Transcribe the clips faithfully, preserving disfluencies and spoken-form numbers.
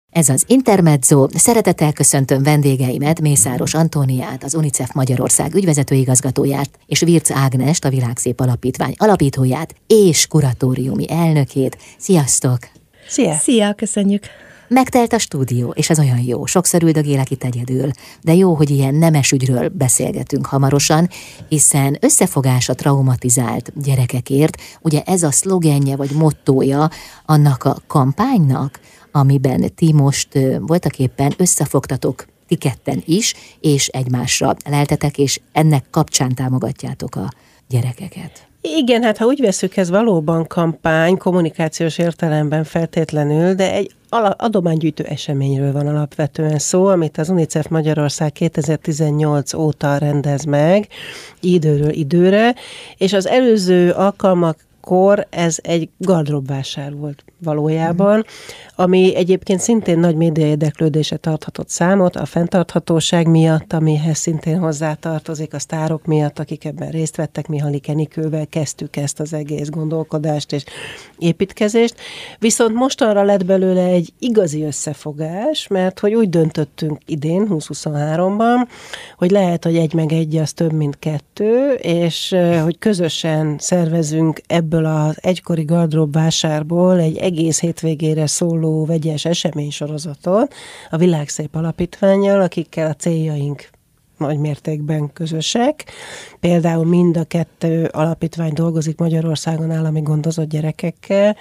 Ez az Intermezzo. Szeretettel köszöntöm vendégeimet, Mészáros Antóniát, az UNICEF Magyarország ügyvezető igazgatóját, és Virc Ágnest, a Világszép Alapítvány alapítóját és kuratóriumi elnökét. Sziasztok! Szia! Szia, köszönjük! Megtelt a stúdió, és ez olyan jó. Sokszor üldögélek itt egyedül, de jó, hogy ilyen nemes ügyről beszélgetünk hamarosan, hiszen összefogás a traumatizált gyerekekért, ugye ez a szlogenje vagy mottója annak a kampánynak, amiben ti most voltaképpen összefogtatok ti ketten is, és egymásra leltetek, és ennek kapcsán támogatjátok a gyerekeket. Igen, hát ha úgy veszük, ez valóban kampány, kommunikációs értelemben feltétlenül, de egy adománygyűjtő eseményről van alapvetően szó, amit az UNICEF Magyarország kétezer-tizennyolc óta rendez meg, időről időre, és az előző alkalmakkor ez egy gardróbvásár volt valójában, mm. ami egyébként szintén nagy média érdeklődése tarthatott számot, a fenntarthatóság miatt, amihez szintén hozzátartozik, a sztárok miatt, akik ebben részt vettek, Mihaly Enikővel kezdtük ezt az egész gondolkodást és építkezést. Viszont mostanra lett belőle egy igazi összefogás, mert hogy úgy döntöttünk idén, húsz-huszonháromban, hogy lehet, hogy egy meg egy az több, mint kettő, és hogy közösen szervezünk ebből az egykori gardróbvásárból egy egész hétvégére szóló vegyes eseménysorozatot a Világszép Alapítvánnyal, akikkel a céljaink nagy mértékben közösek. Például mind a kettő alapítvány dolgozik Magyarországon állami gondozott gyerekekkel,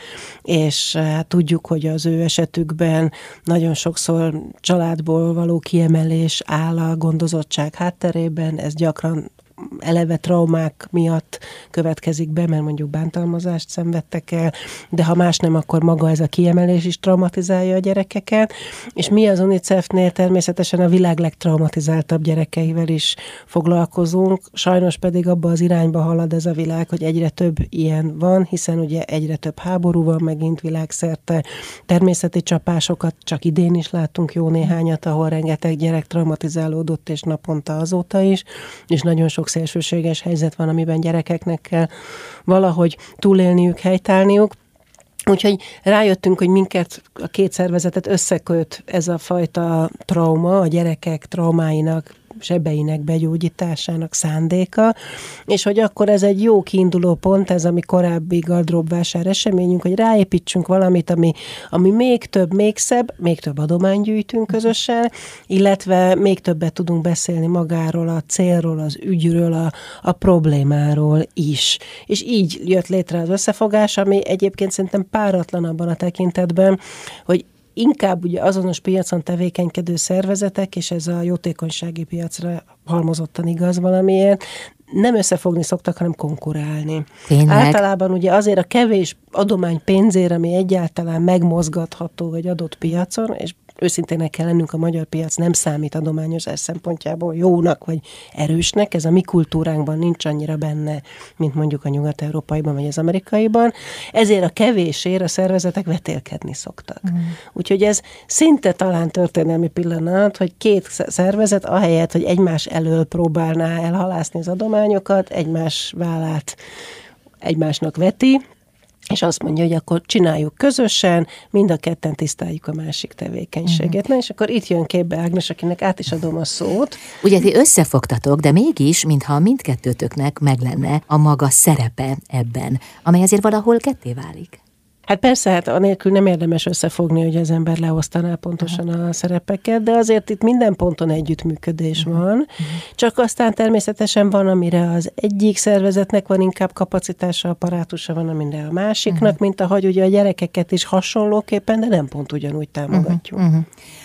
és hát tudjuk, hogy az ő esetükben nagyon sokszor családból való kiemelés áll a gondozottság hátterében, ez gyakran eleve traumák miatt következik be, mert mondjuk bántalmazást szenvedtek el, de ha más nem, akkor maga ez a kiemelés is traumatizálja a gyerekeket, és mi az UNICEF-nél természetesen a világ legtraumatizáltabb gyerekeivel is foglalkozunk, sajnos pedig abba az irányba halad ez a világ, hogy egyre több ilyen van, hiszen ugye egyre több háború van megint világszerte, természeti csapásokat csak idén is láttunk jó néhányat, ahol rengeteg gyerek traumatizálódott, és naponta azóta is, és nagyon sok szélsőséges helyzet van, amiben gyerekeknek kell valahogy túlélniük, helytállniuk. Úgyhogy rájöttünk, hogy minket, a két szervezetet összeköt ez a fajta trauma, a gyerekek traumáinak, sebeinek begyógyításának szándéka, és hogy akkor ez egy jó kiinduló pont, ez a mi korábbi gardróbvásár eseményünk, hogy ráépítsünk valamit, ami, ami még több, még szebb, még több adományt gyűjtünk közösen, illetve még többet tudunk beszélni magáról, a célról, az ügyről, a, a problémáról is. És így jött létre az összefogás, ami egyébként szerintem páratlan abban a tekintetben, hogy inkább ugye azonos piacon tevékenykedő szervezetek, és ez a jótékonysági piacra halmozottan igaz valamiért, nem összefogni szoktak, hanem konkurálni. Tényleg? Általában ugye azért a kevés adomány pénzért, ami egyáltalán megmozgatható egy adott piacon, és őszintének kell lennünk, a magyar piac nem számít adományozás szempontjából jónak vagy erősnek, ez a mi kultúránkban nincs annyira benne, mint mondjuk a nyugat-európaiban vagy az amerikaiban, ezért a kevésért a szervezetek vetélkedni szoktak. Mm. Úgyhogy ez szinte talán történelmi pillanat, hogy két szervezet ahelyett, hogy egymás elől próbálná elhalászni az adományokat, egymás vállát egymásnak veti, és azt mondja, hogy akkor csináljuk közösen, mind a ketten tisztáljuk a másik tevékenységet. Uh-huh. Na, és akkor itt jön képbe Ágnes, akinek át is adom a szót. Ugye ti összefogtatok, de mégis, mintha mindkettőtöknek meg lenne a maga szerepe ebben, amely azért valahol ketté válik. Hát persze, hát anélkül nem érdemes összefogni, hogy az ember leosztaná pontosan a szerepeket, de azért itt minden ponton együttműködés uh-huh. van. Uh-huh. Csak aztán természetesen van, amire az egyik szervezetnek van inkább kapacitása, apparátusa, van, amire a másiknak, uh-huh. mint ahogy ugye a gyerekeket is hasonlóképpen, de nem pont ugyanúgy támogatjuk. Uh-huh. Uh-huh.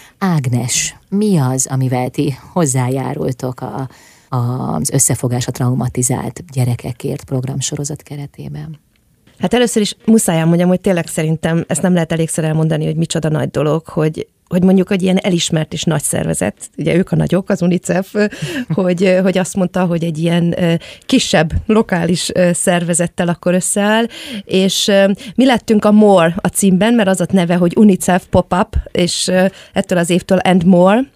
Ágnes, mi az, amivel ti hozzájárultok a, a, az összefogás a traumatizált gyerekekért programsorozat keretében? Hát először is muszáj elmondjam, hogy tényleg szerintem ezt nem lehet elégszer elmondani, hogy micsoda nagy dolog, hogy, hogy mondjuk egy ilyen elismert és nagy szervezet, ugye ők a nagyok, az UNICEF, hogy, hogy azt mondta, hogy egy ilyen kisebb, lokális szervezettel akkor összeáll, és mi lettünk a More a címben, mert az a neve, hogy UNICEF Pop-up, és ettől az évtől And More,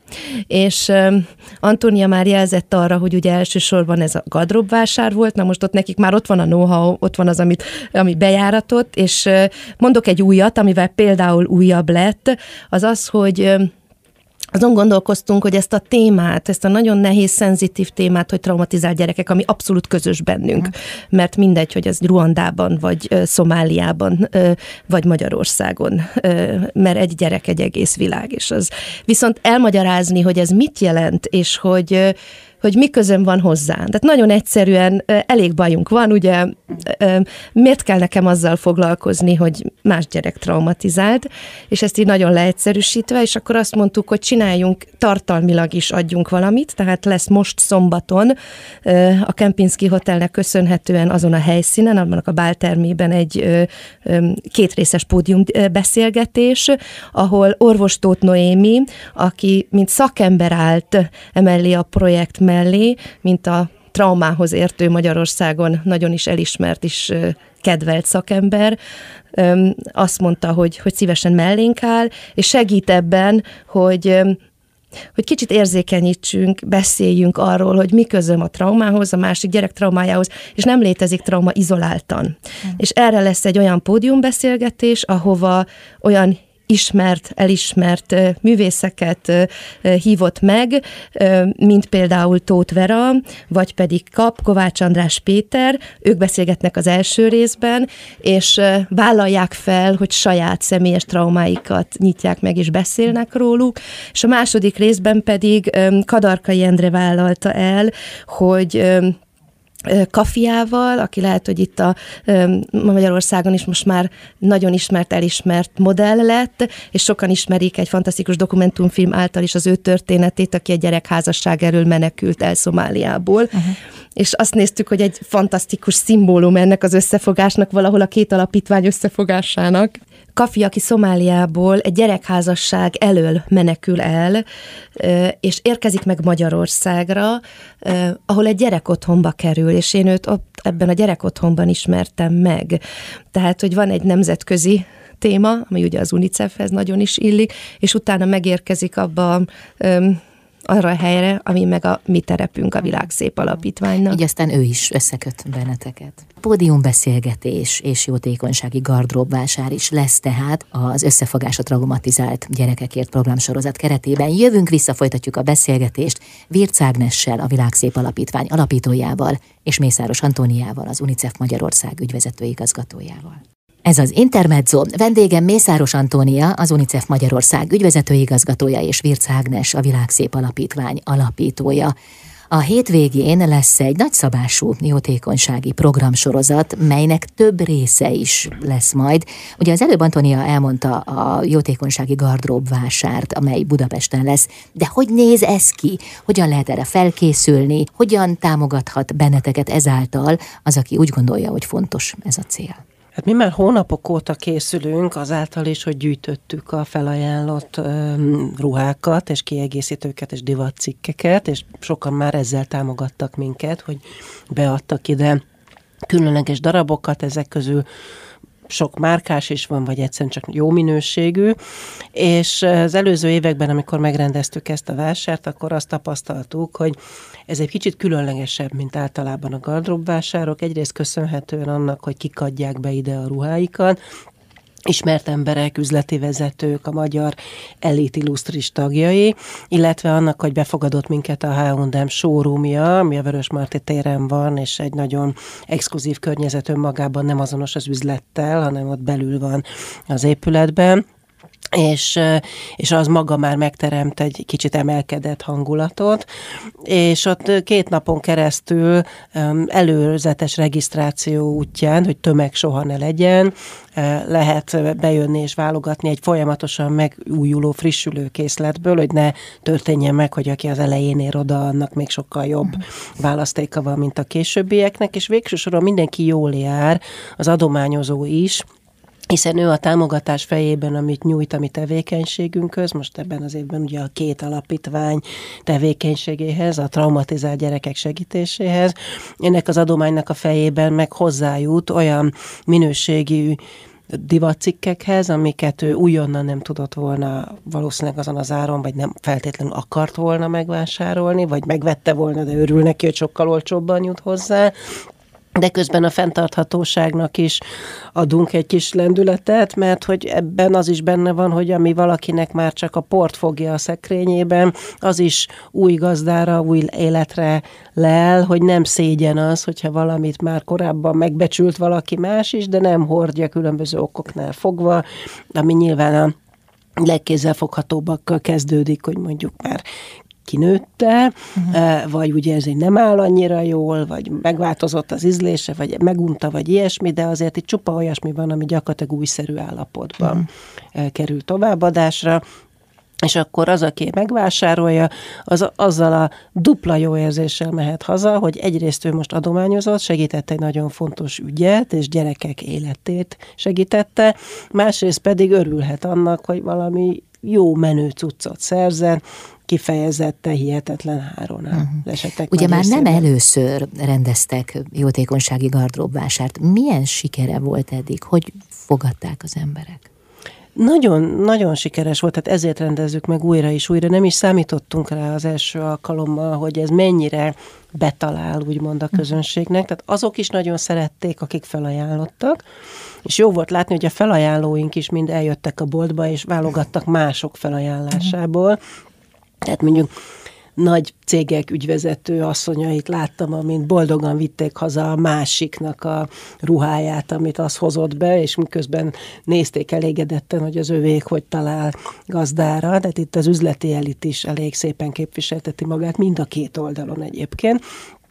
És um, Antónia már jelzett arra, hogy ugye elsősorban ez a gardróbvásár volt, na most ott nekik már ott van a know-how, ott van az, amit, ami bejáratott, és uh, mondok egy újat, amivel például újabb lett, az az, hogy um, azon gondolkoztunk, hogy ezt a témát, ezt a nagyon nehéz, szenzitív témát, hogy traumatizált gyerekek, ami abszolút közös bennünk, mert mindegy, hogy ez Ruandában, vagy Szomáliában, vagy Magyarországon, mert egy gyerek egy egész világ, és az. Viszont elmagyarázni, hogy ez mit jelent, és hogy hogy mi közön van hozzá. Tehát nagyon egyszerűen elég bajunk van, ugye miért kell nekem azzal foglalkozni, hogy más gyerek traumatizált, és ezt így nagyon leegyszerűsítve, és akkor azt mondtuk, hogy csináljunk, tartalmilag is adjunk valamit, tehát lesz most szombaton a Kempinski Hotelnek köszönhetően azon a helyszínen, abban a báltermében egy kétrészes pódium beszélgetés, ahol orvos Tóth Noémi, aki mint szakember állt emellé a projekt mellé, mint a traumához értő Magyarországon nagyon is elismert és kedvelt szakember, azt mondta, hogy, hogy szívesen mellénk áll, és segít ebben, hogy hogy kicsit érzékenyítsünk, beszéljünk arról, hogy mi közöm a traumához, a másik gyerek traumájához, és nem létezik trauma izoláltan. Mm. És erre lesz egy olyan pódiumbeszélgetés, ahova olyan ismert, elismert művészeket hívott meg, mint például Tóth Vera, vagy pedig Kap, Kovács András Péter, ők beszélgetnek az első részben, és vállalják fel, hogy saját személyes traumáikat nyitják meg, és beszélnek róluk, és a második részben pedig Kadarkai Endre vállalta el, hogy Kafiával, aki lehet, hogy itt a Magyarországon is most már nagyon ismert, elismert modell lett, és sokan ismerik egy fantasztikus dokumentumfilm által is az ő történetét, aki egy gyerekházasság elől menekült el Szomáliából. Uh-huh. És azt néztük, hogy egy fantasztikus szimbólum ennek az összefogásnak, valahol a két alapítvány összefogásának. Kafi, aki Szomáliából egy gyerekházasság elől menekül el, és érkezik meg Magyarországra, ahol egy gyerekotthonba kerül, és én őt ott ebben a gyerekotthonban ismertem meg. Tehát, hogy van egy nemzetközi téma, ami ugye az UNICEF-hez nagyon is illik, és utána megérkezik abba arra a helyre, ami meg a mi terepünk a Világszép Alapítványnak. Így aztán ő is összeköt benneteket. Pódiumbeszélgetés és jótékonysági gardróbvásár is lesz tehát az Összefogás a traumatizált gyerekekért programsorozat keretében. Jövünk vissza, folytatjuk a beszélgetést Virc Ágnessel, a Világszép Alapítvány alapítójával, és Mészáros Antóniával, az UNICEF Magyarország ügyvezető igazgatójával. Ez az Intermezzo. Vendégem Mészáros Antónia, az UNICEF Magyarország ügyvezető igazgatója, és Virc Ágnes, a Világszép Alapítvány alapítója. A hétvégén lesz egy nagyszabású jótékonysági programsorozat, melynek több része is lesz majd. Ugye az előbb Antónia elmondta a jótékonysági gardróbvásárt, amely Budapesten lesz, de hogy néz ez ki? Hogyan lehet erre felkészülni? Hogyan támogathat benneteket ezáltal az, aki úgy gondolja, hogy fontos ez a cél? Hát mi már hónapok óta készülünk azáltal is, hogy gyűjtöttük a felajánlott um, ruhákat, és kiegészítőket, és divatcikkeket, és sokan már ezzel támogattak minket, hogy beadtak ide különleges darabokat, ezek közül sok márkás is van, vagy egyszerűen csak jó minőségű, és az előző években, amikor megrendeztük ezt a vásárt, akkor azt tapasztaltuk, hogy ez egy kicsit különlegesebb, mint általában a gardróbvásárok, egyrészt köszönhetően annak, hogy kik adják be ide a ruháikat, ismert emberek, üzleti vezetők, a magyar elit illusztris tagjai, illetve annak, hogy befogadott minket a há és em showroomja, ami a Vörösmarty téren van, és egy nagyon exkluzív környezet önmagában, nem azonos az üzlettel, hanem ott belül van az épületben. És, és az maga már megteremt egy kicsit emelkedett hangulatot, és ott két napon keresztül előzetes regisztráció útján, hogy tömeg soha ne legyen, lehet bejönni és válogatni egy folyamatosan megújuló, frissülő készletből, hogy ne történjen meg, hogy aki az elején ér oda, annak még sokkal jobb választéka van, mint a későbbieknek, és végső soron mindenki jól jár, az adományozó is, hiszen ő a támogatás fejében, amit nyújt a mi tevékenységünkhöz, most ebben az évben ugye a két alapítvány tevékenységéhez, a traumatizált gyerekek segítéséhez, ennek az adománynak a fejében meg hozzájut olyan minőségű divatcikkekhez, amiket ő újonnan nem tudott volna valószínűleg azon az áron, vagy nem feltétlenül akart volna megvásárolni, vagy megvette volna, de örül neki, hogy sokkal olcsóbban jut hozzá. De közben a fenntarthatóságnak is adunk egy kis lendületet, mert hogy ebben az is benne van, hogy ami valakinek már csak a port fogja a szekrényében, az is új gazdára, új életre lel, hogy nem szégyen az, hogyha valamit már korábban megbecsült valaki más is, de nem hordja különböző okoknál fogva, ami nyilván a legkézzelfoghatóbbakkal kezdődik, hogy mondjuk már kinőtte, uh-huh. vagy ugye ez nem áll annyira jól, vagy megváltozott az ízlése, vagy megunta, vagy ilyesmi, de azért itt csupa olyasmi van, ami gyakorlatilag újszerű állapotban uh-huh. kerül továbbadásra, és akkor az, aki megvásárolja, az azzal a dupla jó érzéssel mehet haza, hogy egyrészt ő most adományozott, segítette egy nagyon fontos ügyet, és gyerekek életét segítette, másrészt pedig örülhet annak, hogy valami jó menő cuccot szerzett, kifejezetten hihetetlen áron uh-huh. az esetek. Ugye már nem először rendeztek jótékonysági gardróbvásárt. Milyen sikere volt eddig? Hogy fogadták az emberek? Nagyon, nagyon sikeres volt, tehát ezért rendezzük meg újra és újra. Nem is számítottunk rá az első alkalommal, hogy ez mennyire betalál, úgymond a közönségnek. Tehát azok is nagyon szerették, akik felajánlottak, és jó volt látni, hogy a felajánlóink is mind eljöttek a boltba, és válogattak mások felajánlásából. Tehát mondjuk nagy cégek ügyvezető asszonyait láttam, amint boldogan vitték haza a másiknak a ruháját, amit az hozott be, és miközben nézték elégedetten, hogy az övék hogy talál gazdára. Tehát itt az üzleti elit is elég szépen képviselteti magát, mind a két oldalon egyébként.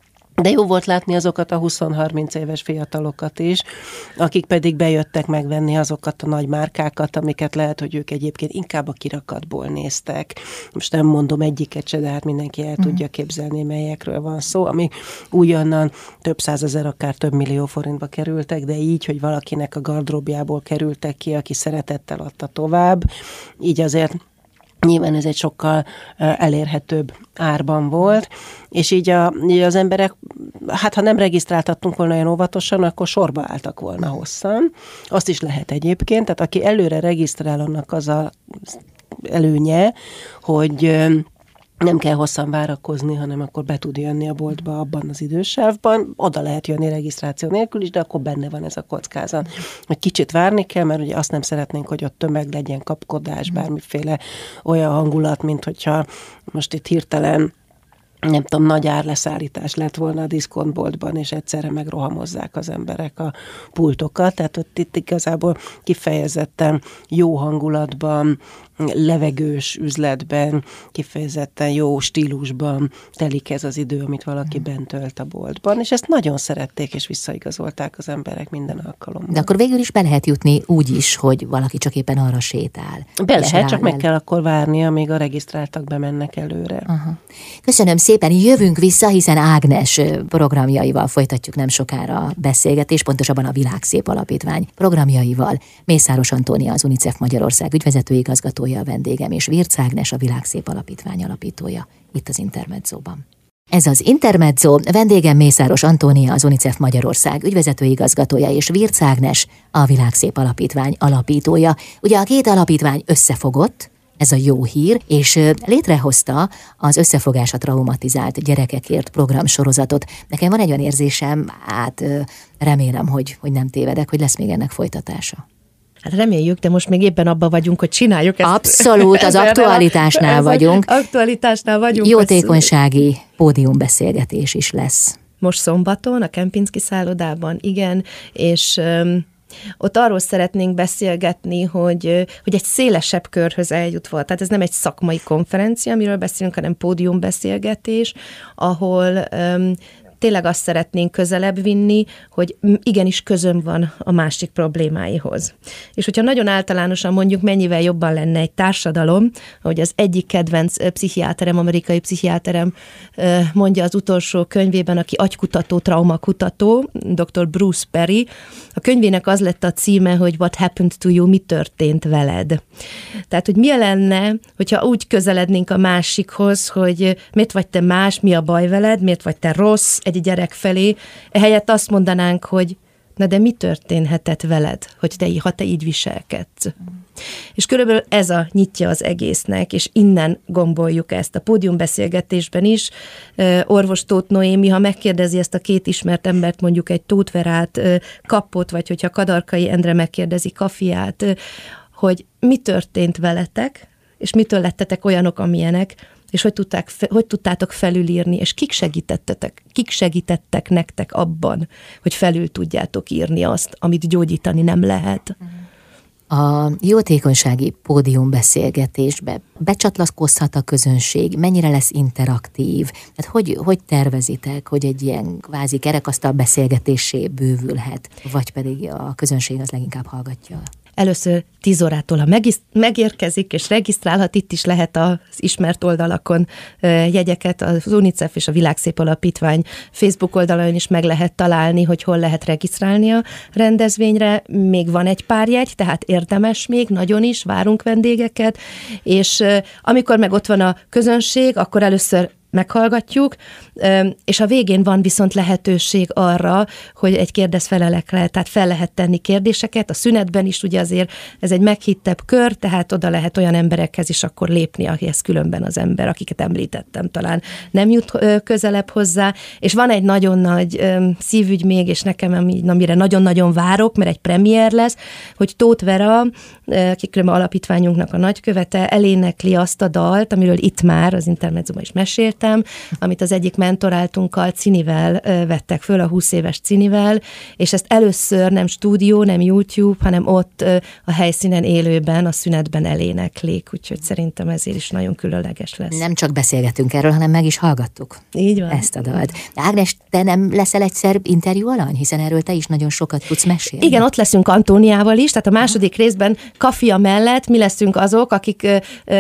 De jó volt látni azokat a húsz-harminc éves fiatalokat is, akik pedig bejöttek megvenni azokat a nagy márkákat, amiket lehet, hogy ők egyébként inkább a kirakatból néztek. Most nem mondom egyiket se, de hát mindenki el tudja képzelni, melyekről van szó, amik újonnan több százezer, akár több millió forintba kerültek, de így, hogy valakinek a gardróbjából kerültek ki, aki szeretettel adta tovább, így azért nyilván ez egy sokkal elérhetőbb árban volt, és így, a, így az emberek, hát ha nem regisztráltattunk volna olyan óvatosan, akkor sorba álltak volna hosszan. Azt is lehet egyébként, tehát aki előre regisztrál, annak az a előnye, hogy nem kell hosszan várakozni, hanem akkor be tud jönni a boltba abban az idősávban. Oda lehet jönni regisztráció nélkül is, de akkor benne van ez a kockázat. Egy kicsit várni kell, mert ugye azt nem szeretnénk, hogy ott tömeg legyen, kapkodás, bármiféle olyan hangulat, mint hogyha most itt hirtelen nem tudom, nagy árleszállítás lett volna a diszkontboltban, és egyszerre megrohamozzák az emberek a pultokat. Tehát ott itt igazából kifejezetten jó hangulatban, levegős üzletben, kifejezetten jó stílusban telik ez az idő, amit valaki bent tölt a boltban, és ezt nagyon szerették, és visszaigazolták az emberek minden alkalommal. De akkor végül is be lehet jutni úgy is, hogy valaki csak éppen arra sétál. Be lehet, csak meg kell akkor várni, amíg a regisztráltak bemennek előre. Aha. Köszönöm szépen, jövünk vissza, hiszen Ágnes programjaival folytatjuk nem sokára a beszélgetést, pontosabban a Világszép Alapítvány programjaival. Mészáros Antónia, az UNICEF Magyarország ügyvezető igazgatója a vendégem, és Virc Ágnes, a Világszép Alapítvány alapítója, itt az Intermedzóban. Ez az Intermezzo, vendégem Mészáros Antónia, az UNICEF Magyarország ügyvezető igazgatója, és Virc Ágnes, a Világszép Alapítvány alapítója. Ugye a két alapítvány összefogott, ez a jó hír, és létrehozta az Összefogás a traumatizált gyerekekért programsorozatot. Nekem van egy olyan érzésem, hát remélem, hogy, hogy nem tévedek, hogy lesz még ennek folytatása. Hát reméljük, de most még éppen abban vagyunk, hogy csináljuk ezt. Abszolút, az aktualitásnál vagyunk. Aktualitásnál vagyunk. Jótékonysági pódiumbeszélgetés is lesz. Most szombaton, a Kempinski szállodában, igen, és um, ott arról szeretnénk beszélgetni, hogy, hogy egy szélesebb körhöz eljutva, tehát ez nem egy szakmai konferencia, amiről beszélünk, hanem pódiumbeszélgetés, ahol um, tényleg azt szeretnénk közelebb vinni, hogy igenis közöm van a másik problémáihoz. És hogyha nagyon általánosan mondjuk, mennyivel jobban lenne egy társadalom, ahogy az egyik kedvenc pszichiáterem, amerikai pszichiáterem mondja az utolsó könyvében, aki agykutató, traumakutató, doktor Bruce Perry, a könyvének az lett a címe, hogy What happened to you, mi történt veled. Tehát, hogy mi lenne, hogyha úgy közelednénk a másikhoz, hogy miért vagy te más, mi a baj veled, miért vagy te rossz, egy gyerek felé, ehelyett azt mondanánk, hogy na de mi történhetett veled, hogy te, ha te így viselkedsz? Mm. És körülbelül ez a nyitja az egésznek, és innen gomboljuk ezt a pódiumbeszélgetésben is. Orvos Tóth Noémi, ha megkérdezi ezt a két ismert embert, mondjuk egy Tóth Verát, Kappot, vagy hogyha Kadarkai Endre megkérdezi Kafiát, hogy mi történt veletek, és mitől lettetek olyanok, amilyenek, és hogy, tudták, hogy tudtátok felülírni, és kik segítettetek, kik segítettek nektek abban, hogy felül tudjátok írni azt, amit gyógyítani nem lehet. A jótékonysági pódiumbeszélgetésbe becsatlakozhat a közönség, mennyire lesz interaktív, tehát hogy, hogy tervezitek, hogy egy ilyen kvázi kerekasztal beszélgetésé bővülhet, vagy pedig a közönség az leginkább hallgatja? Először tíz órától, ha megérkezik és regisztrálhat, itt is lehet az ismert oldalakon jegyeket, az UNICEF és a Világszép Alapítvány Facebook oldalon is meg lehet találni, hogy hol lehet regisztrálni a rendezvényre. Még van egy pár jegy, tehát érdemes még, nagyon is, várunk vendégeket, és amikor meg ott van a közönség, akkor először meghallgatjuk, és a végén van viszont lehetőség arra, hogy egy kérdez-felelekre, tehát fel lehet tenni kérdéseket, a szünetben is ugye azért ez egy meghittebb kör, tehát oda lehet olyan emberekhez is akkor lépni, akihez különben az ember, akiket említettem, talán nem jut közelebb hozzá, és van egy nagyon nagy szívügy még, és nekem, amire nagyon-nagyon várok, mert egy premier lesz, hogy Tóth Vera, Kikröma Alapítványunknak a nagykövete, elénekli azt a dalt, amiről itt már az intermedzumban is meséltem, amit az egyik mentoráltunkkal, Cinivel vettek föl, a húsz éves Cinivel, és ezt először nem stúdió, nem YouTube, hanem ott a helyszínen élőben, a szünetben eléneklik, úgyhogy szerintem ezért is nagyon különleges lesz. Nem csak beszélgetünk erről, hanem meg is hallgattuk. Így van. Ezt a dalt. De Ágnes, te nem leszel egyszer interjú alany? Hiszen erről te is nagyon sokat tudsz mesélni. Igen, ott leszünk Antóniával is, tehát a második részben Kafia mellett mi leszünk azok, akik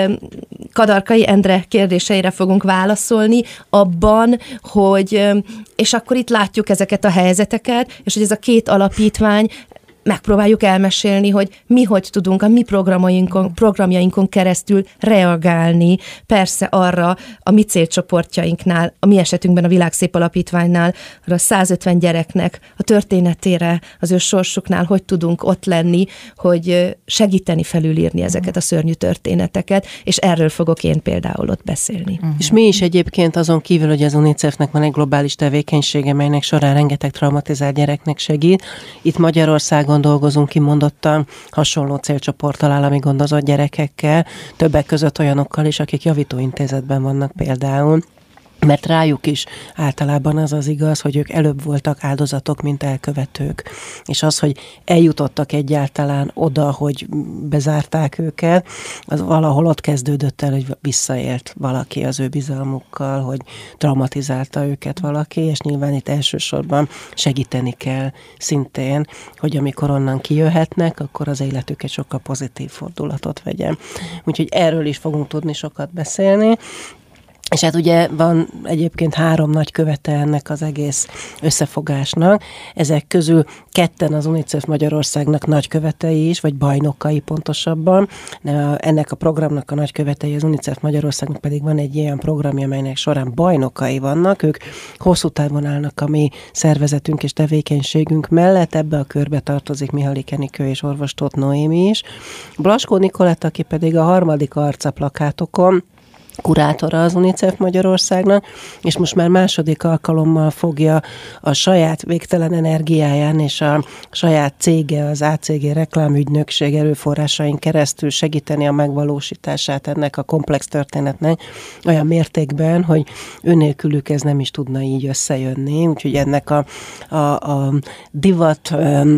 Kadarkai Endre kérdéseire fogunk válaszolni abban, hogy, és akkor itt látjuk ezeket a helyzeteket, és hogy ez a két alapítvány megpróbáljuk elmesélni, hogy mi hogy tudunk a mi programjainkon, programjainkon keresztül reagálni, persze arra a mi célcsoportjainknál, a mi esetünkben a Világszép Alapítványnál, arra százötven gyereknek a történetére, az ő sorsuknál, hogy tudunk ott lenni, hogy segíteni felülírni ezeket a szörnyű történeteket, és erről fogok én például ott beszélni. Uh-huh. És mi is egyébként azon kívül, hogy az UNICEF-nek van egy globális tevékenysége, melynek során rengeteg traumatizált gyereknek segít. Itt Magyarországon dolgozunk kimondottan hasonló célcsoporttal, állami gondozott gyerekekkel, többek között olyanokkal is, akik javítóintézetben vannak például, mert rájuk is általában az az igaz, hogy ők előbb voltak áldozatok, mint elkövetők. És az, hogy eljutottak egyáltalán oda, hogy bezárták őket, az valahol ott kezdődött el, hogy visszaélt valaki az ő bizalmukkal, hogy traumatizálta őket valaki, és nyilván itt elsősorban segíteni kell szintén, hogy amikor onnan kijöhetnek, akkor az életük egy sokkal pozitív fordulatot vegyen. Úgyhogy erről is fogunk tudni sokat beszélni. És hát ugye van egyébként három nagy követe ennek az egész összefogásnak. Ezek közül ketten az UNICEF Magyarországnak nagykövetei is, vagy bajnokai pontosabban. De ennek a programnak a nagykövetei, az UNICEF Magyarországnak pedig van egy ilyen programja, amelynek során bajnokai vannak. Ők hosszú távon állnak a mi szervezetünk és tevékenységünk mellett. Ebbe a körbe tartozik Mihály Enikő és orvos Tóth Noémi is. Blaskó Nikolett, aki pedig a harmadik arca plakátokon, kurátora az UNICEF Magyarországnak, és most már második alkalommal fogja a saját végtelen energiáján és a saját cége, az á cé gé reklámügynökség erőforrásain keresztül segíteni a megvalósítását ennek a komplex történetnek olyan mértékben, hogy önnélkülük ez nem is tudna így összejönni. Úgyhogy ennek a, a, a divat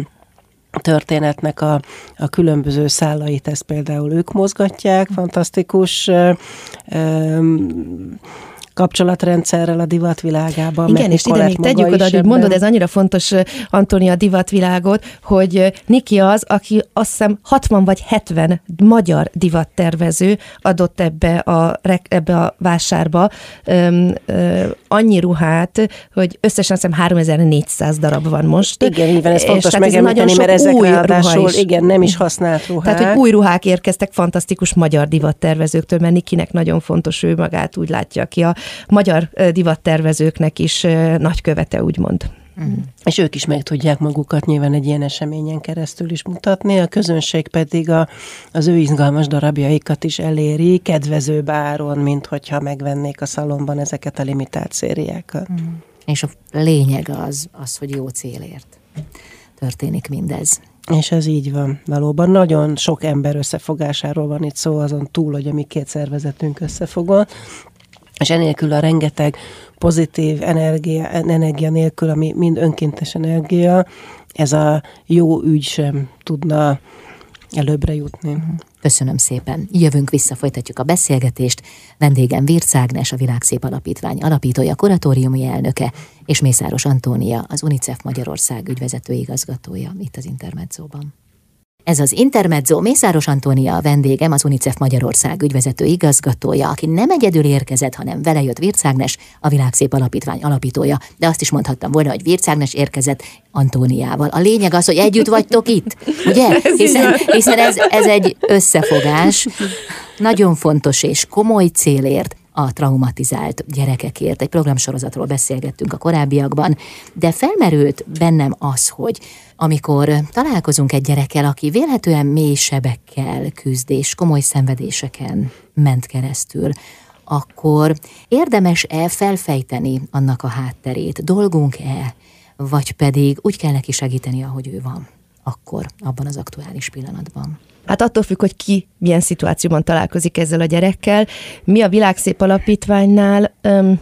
történetnek a, a különböző szálait, ezt például ők mozgatják, fantasztikus ö, ö, kapcsolatrendszerrel a divatvilágában. Igen, és ide még tegyük oda, hogy mondod, ez annyira fontos, Antoni, a divatvilágot, hogy Niki az, aki azt hiszem hatvan vagy hetven magyar divattervező adott ebbe a, ebbe a vásárba öm, ö, annyi ruhát, hogy összesen azt hiszem háromezer-négyszáz darab van most. Igen, így van, ez fontos megemlíteni, mert ezek ráadásul igen, nem is használt ruhák. Tehát, hogy új ruhák érkeztek fantasztikus magyar divattervezőktől, mert Nikinek nagyon fontos, ő magát úgy látja, ki a magyar divattervezőknek is nagykövete, úgymond. Mm. És ők is meg tudják magukat nyilván egy ilyen eseményen keresztül is mutatni, a közönség pedig a, az ő izgalmas darabjaikat is eléri, kedvezőbb áron, mint hogyha megvennék a szalomban ezeket a limitált szériákat. Mm. És a lényeg az, az, hogy jó célért történik mindez. És ez így van, valóban. Nagyon sok ember összefogásáról van itt szó, azon túl, hogy a mi két szervezetünk összefogott. És enélkül a rengeteg pozitív energia, energia nélkül, ami mind önkéntes energia, ez a jó ügy sem tudna előbbre jutni. Köszönöm szépen. Jövünk vissza, folytatjuk a beszélgetést. Vendégem Virz Ágnes, a Világszép Alapítvány alapítója, kuratóriumi elnöke, és Mészáros Antónia, az UNICEF Magyarország ügyvezető igazgatója itt az Intermedzóban. Ez az Intermezzo, Mészáros Antónia a vendégem, az UNICEF Magyarország ügyvezető igazgatója, aki nem egyedül érkezett, hanem vele jött Virz Ágnes, a Világszép Alapítvány alapítója, de azt is mondhattam volna, hogy Virz Ágnes érkezett Antóniával. A lényeg az, hogy együtt vagytok itt, ugye? Hiszen, hiszen ez, ez egy összefogás, nagyon fontos és komoly célért, a traumatizált gyerekekért. Egy programsorozatról beszélgettünk a korábbiakban, de felmerült bennem az, hogy amikor találkozunk egy gyerekkel, aki vélhetően mély sebekkel küzd és komoly szenvedéseken ment keresztül, akkor érdemes-e felfejteni annak a hátterét? Dolgunk-e? Vagy pedig úgy kell neki segíteni, ahogy ő van akkor, abban az aktuális pillanatban? Hát attól függ, hogy ki milyen szituációban találkozik ezzel a gyerekkel. Mi a Világszép Alapítványnál, öm,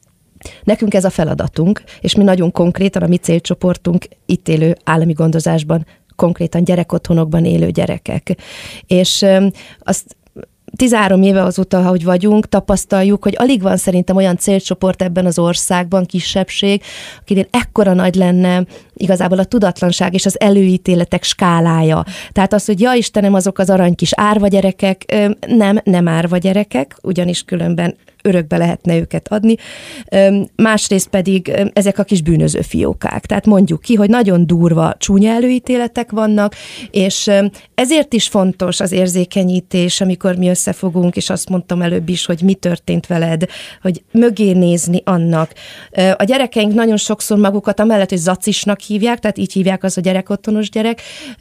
nekünk ez a feladatunk, és mi nagyon konkrétan, a mi célcsoportunk itt élő állami gondozásban, konkrétan gyerekotthonokban élő gyerekek. És öm, azt tizenhárom éve azóta, hogy vagyunk, tapasztaljuk, hogy alig van szerintem olyan célcsoport ebben az országban, kisebbség, akinél ekkora nagy lenne igazából a tudatlanság és az előítéletek skálája. Tehát az, hogy ja Istenem, azok az arany kis árva gyerekek, nem, nem árva gyerekek, ugyanis különben örökbe lehetne őket adni. Másrészt pedig ezek a kis bűnöző fiókák. Tehát mondjuk ki, hogy nagyon durva, csúnya előítéletek vannak, és ezért is fontos az érzékenyítés, amikor mi összefogunk, és azt mondtam előbb is, hogy mi történt veled, hogy mögé nézni annak. A gyerekeink nagyon sokszor magukat amellett, hogy zacisnak hívják, tehát így hívják az a gyerekotthonos gyerek,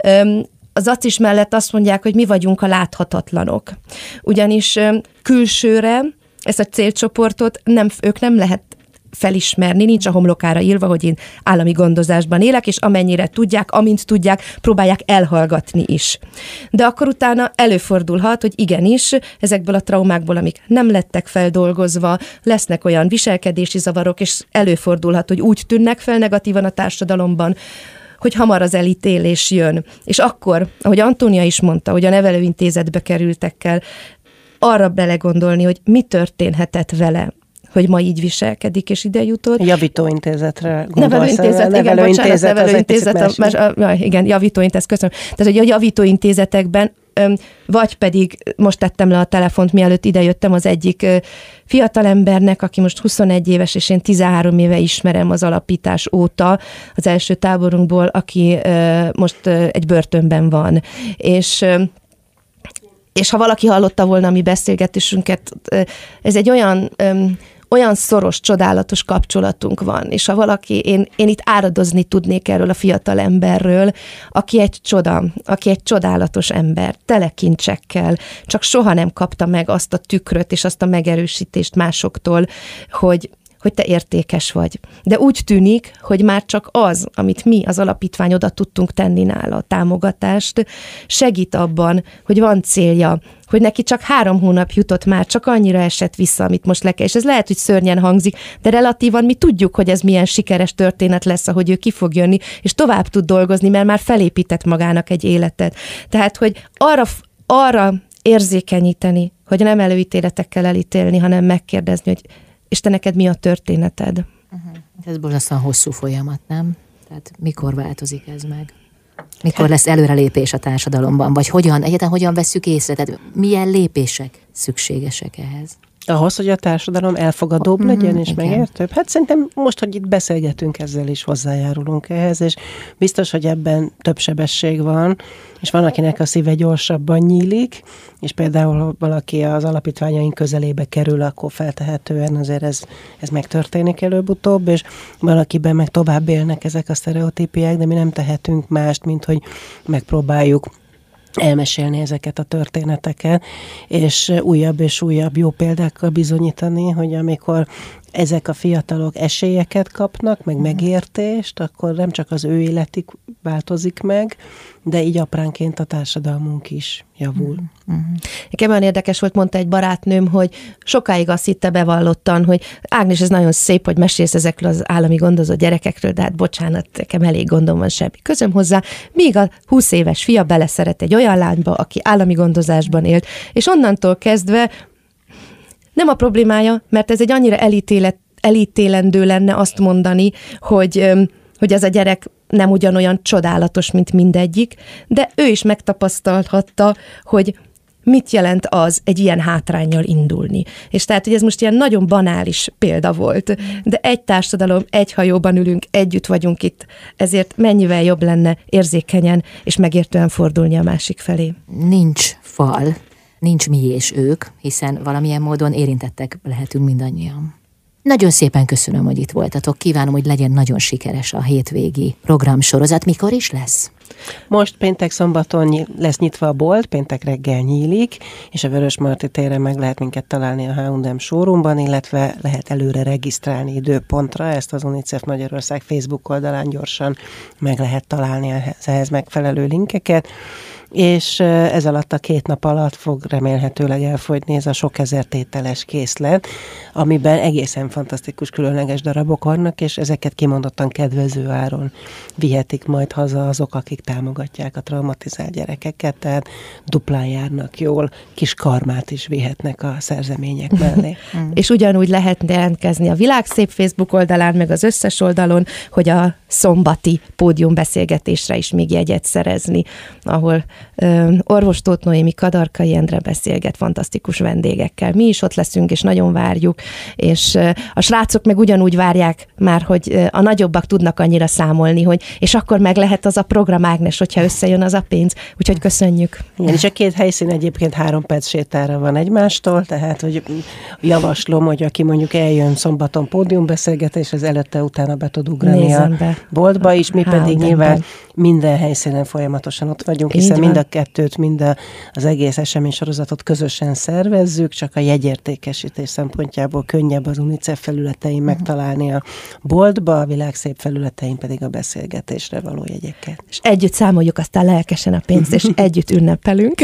a zacis mellett azt mondják, hogy mi vagyunk a láthatatlanok. Ugyanis külsőre ezt a célcsoportot nem, ők nem lehet felismerni, nincs a homlokára írva, hogy én állami gondozásban élek, és amennyire tudják, amint tudják, próbálják elhallgatni is. De akkor utána előfordulhat, hogy igenis, ezekből a traumákból, amik nem lettek feldolgozva, lesznek olyan viselkedési zavarok, és előfordulhat, hogy úgy tűnnek fel negatívan a társadalomban, hogy hamar az elítélés jön. És akkor, ahogy Antónia is mondta, hogy a nevelőintézetbe kerültekkel, arra belegondolni, hogy mi történhetett vele, hogy ma így viselkedik, és ide jutott. Javítóintézetre gondolsz. Nevelőintézet, igen, nevelőintézet, bocsánat, nevelőintézet, a, a, a, igen, javítóintézet, köszönöm. Tehát, hogy a javítóintézetekben, vagy pedig most tettem le a telefont, mielőtt idejöttem az egyik fiatalembernek, aki most huszonegy éves, és én tizenhárom éve ismerem az alapítás óta, az első táborunkból, aki most egy börtönben van. És És ha valaki hallotta volna a mi beszélgetésünket, ez egy olyan, öm, olyan szoros, csodálatos kapcsolatunk van, és ha valaki, én, én itt áradozni tudnék erről a fiatal emberről, aki egy csoda, aki egy csodálatos ember, tele kincsekkel, csak soha nem kapta meg azt a tükröt és azt a megerősítést másoktól, hogy hogy te értékes vagy. De úgy tűnik, hogy már csak az, amit mi az alapítvány oda tudtunk tenni nála, a támogatást, segít abban, hogy van célja, hogy neki csak három hónap jutott már, csak annyira esett vissza, amit most le kell. És ez lehet, hogy szörnyen hangzik, de relatívan mi tudjuk, hogy ez milyen sikeres történet lesz, ahogy ő ki fog jönni, és tovább tud dolgozni, mert már felépített magának egy életet. Tehát, hogy arra, arra érzékenyíteni, hogy nem előítéletekkel elítélni, hanem megkérdezni, hogy és te neked mi a történeted? Uh-huh. Ez borzasztóan hosszú folyamat, nem? Tehát mikor változik ez meg? Mikor lesz előrelépés a társadalomban? Vagy hogyan, egyáltalán hogyan vesszük észre? Tehát milyen lépések szükségesek ehhez? Ahhoz, hogy a társadalom elfogadóbb legyen, és igen. megértőbb. Hát szerintem most, hogy itt beszélgetünk, ezzel is hozzájárulunk ehhez, és biztos, hogy ebben több sebesség van, és van, akinek a szíve gyorsabban nyílik, és például, ha valaki az alapítványaink közelébe kerül, akkor feltehetően azért ez, ez megtörténik előbb-utóbb, és valakiben meg tovább élnek ezek a sztereotípiák, de mi nem tehetünk mást, mint hogy megpróbáljuk elmesélni ezeket a történeteket, és újabb és újabb jó példákkal bizonyítani, hogy amikor ezek a fiatalok esélyeket kapnak, meg megértést, akkor nem csak az ő életük változik meg, de így apránként a társadalmunk is javul. Nekem olyan érdekes volt, mondta egy barátnőm, hogy sokáig azt hitte bevallottan, hogy Ágnes, ez nagyon szép, hogy mesélsz ezekről az állami gondozott gyerekekről, de hát bocsánat, nekem elég gondom van, semmi közöm hozzá. Míg a húsz éves fia beleszeret egy olyan lányba, aki állami gondozásban élt, és onnantól kezdve nem a problémája, mert ez egy annyira elítélet, elítélendő lenne azt mondani, hogy, hogy ez a gyerek nem ugyanolyan csodálatos, mint mindegyik, de ő is megtapasztalhatta, hogy mit jelent az egy ilyen hátránnyal indulni. És tehát, hogy ez most ilyen nagyon banális példa volt, de egy társadalom, egy hajóban ülünk, együtt vagyunk itt, ezért mennyivel jobb lenne érzékenyen és megértően fordulni a másik felé. Nincs fal, nincs mi és ők, hiszen valamilyen módon érintettek lehetünk mindannyian. Nagyon szépen köszönöm, hogy itt voltatok. Kívánom, hogy legyen nagyon sikeres a hétvégi programsorozat. Mikor is lesz? Most péntek szombaton lesz nyitva a bolt, péntek reggel nyílik, és a Vörösmarty téren meg lehet minket találni a há és em showroomban, illetve lehet előre regisztrálni időpontra, ezt az UNICEF Magyarország Facebook oldalán gyorsan meg lehet találni az ehhez megfelelő linkeket, és ez alatt a két nap alatt fog remélhetőleg elfogyni ez a sok ezer tételes készlet, amiben egészen fantasztikus, különleges darabok vannak, és ezeket kimondottan kedvező áron vihetik majd haza azok, akik támogatják a traumatizált gyerekeket, tehát duplán járnak jól, kis karmát is vihetnek a szerzemények mellé. És ugyanúgy lehet jelentkezni a Világszép Facebook oldalán, meg az összes oldalon, hogy a szombati pódiumbeszélgetésre is még jegyet szerezni, ahol orvos Tóth Noémi, Kadarkai Endre beszélget fantasztikus vendégekkel. Mi is ott leszünk, és nagyon várjuk, és a srácok meg ugyanúgy várják már, hogy a nagyobbak tudnak annyira számolni, hogy és akkor meg lehet az a program, Ágnes, hogyha összejön az a pénz. Úgyhogy köszönjük. Igen, és a két helyszín egyébként három perc sétára van egymástól, tehát hogy javaslom, hogy aki mondjuk eljön szombaton pódiumbeszélgetés, az előtte utána be tud ugrani Nézem a be. boltba is, mi Há, pedig nyilván minden helyszínen folyamatosan ott vagyunk, hiszen mind a kettőt, mind a, az egész eseménysorozatot közösen szervezzük, csak a jegyértékesítés szempontjából könnyebb az UNICEF felületein megtalálni a boltba, a Világszép felületein pedig a beszélgetésre való jegyeket. És együtt számoljuk aztán lelkesen a pénzt, és együtt ünnepelünk.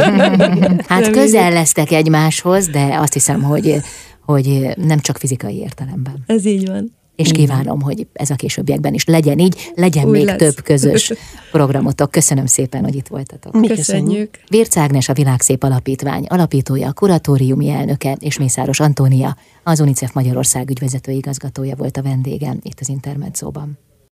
Hát közel lesztek egymáshoz, de azt hiszem, hogy, hogy nem csak fizikai értelemben. Ez így van. És kívánom, hogy ez a későbbiekben is legyen így, legyen Úgy még lesz. több közös programotok. Köszönöm szépen, hogy itt voltatok. Mi köszönjük. Virc Ágnes, a Világszép Alapítvány alapítója, kuratóriumi elnöke, és Mészáros Antónia, az UNICEF Magyarország ügyvezető igazgatója volt a vendégem itt az Intermedzóban.